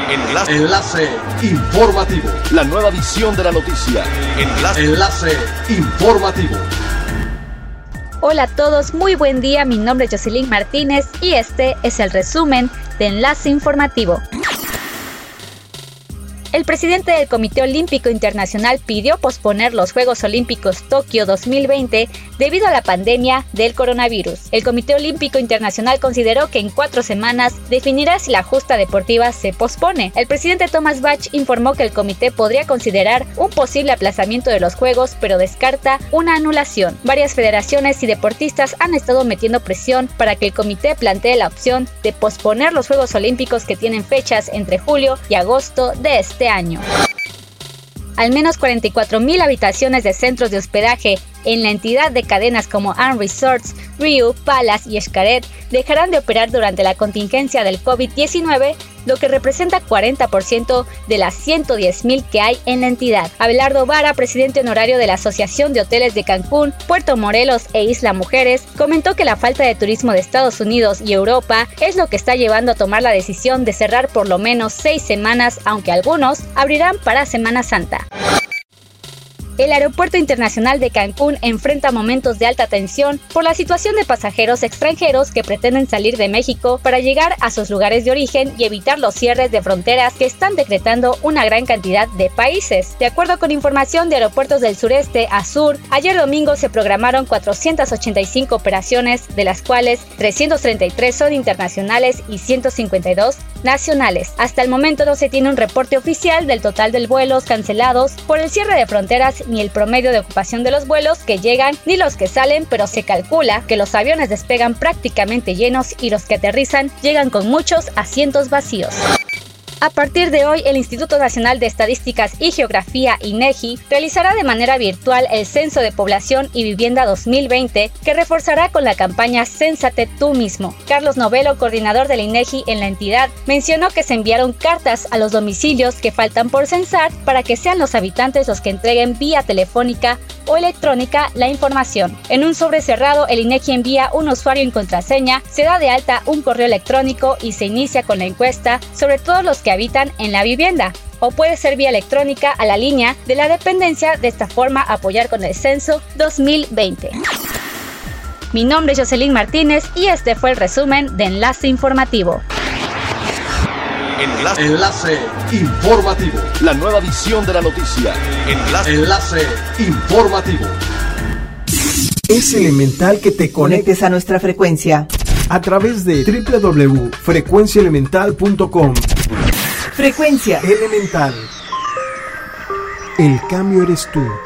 Enlace informativo. La nueva edición de la noticia. Enlace informativo. Hola a todos, muy buen día. Mi nombre es Jocelyn Martínez y este es el resumen de Enlace Informativo. El presidente del Comité Olímpico Internacional pidió posponer los Juegos Olímpicos Tokio 2020 debido a la pandemia del coronavirus. El Comité Olímpico Internacional consideró que en 4 semanas definirá si la justa deportiva se pospone. El presidente Thomas Bach informó que el comité podría considerar un posible aplazamiento de los Juegos, pero descarta una anulación. Varias federaciones y deportistas han estado metiendo presión para que el comité plantee la opción de posponer los Juegos Olímpicos que tienen fechas entre julio y agosto de este año. Al menos 44,000 habitaciones de centros de hospedaje en la entidad de cadenas como Ann Resorts, Riu, Palace y Xcaret dejarán de operar durante la contingencia del COVID-19, lo que representa 40% de las 110,000 que hay en la entidad. Abelardo Vara, presidente honorario de la Asociación de Hoteles de Cancún, Puerto Morelos e Isla Mujeres, comentó que la falta de turismo de Estados Unidos y Europa es lo que está llevando a tomar la decisión de cerrar por lo menos 6 semanas, aunque algunos abrirán para Semana Santa. El Aeropuerto Internacional de Cancún enfrenta momentos de alta tensión por la situación de pasajeros extranjeros que pretenden salir de México para llegar a sus lugares de origen y evitar los cierres de fronteras que están decretando una gran cantidad de países. De acuerdo con información de Aeropuertos del Sureste a Sur, ayer domingo se programaron 485 operaciones, de las cuales 333 son internacionales y 152 nacionales. Hasta el momento no se tiene un reporte oficial del total de vuelos cancelados por el cierre de fronteras ni el promedio de ocupación de los vuelos que llegan ni los que salen, pero se calcula que los aviones despegan prácticamente llenos y los que aterrizan llegan con muchos asientos vacíos. A partir de hoy, el Instituto Nacional de Estadísticas y Geografía, INEGI, realizará de manera virtual el Censo de Población y Vivienda 2020, que reforzará con la campaña Cénsate tú mismo. Carlos Novelo, coordinador del INEGI en la entidad, mencionó que se enviaron cartas a los domicilios que faltan por censar para que sean los habitantes los que entreguen vía telefónica o electrónica la información. En un sobre cerrado, el INEGI envía un usuario y contraseña, se da de alta un correo electrónico y se inicia con la encuesta sobre todos los que habitan en la vivienda, o puede ser vía electrónica a la línea de la dependencia, de esta forma apoyar con el censo 2020. Mi nombre es Jocelyn Martínez y este fue el resumen de Enlace Informativo. Enlace informativo. La nueva edición de la noticia. Enlace informativo. Es elemental que te conectes a nuestra frecuencia a través de www.frecuenciaelemental.com. Frecuencia Elemental. El cambio eres tú.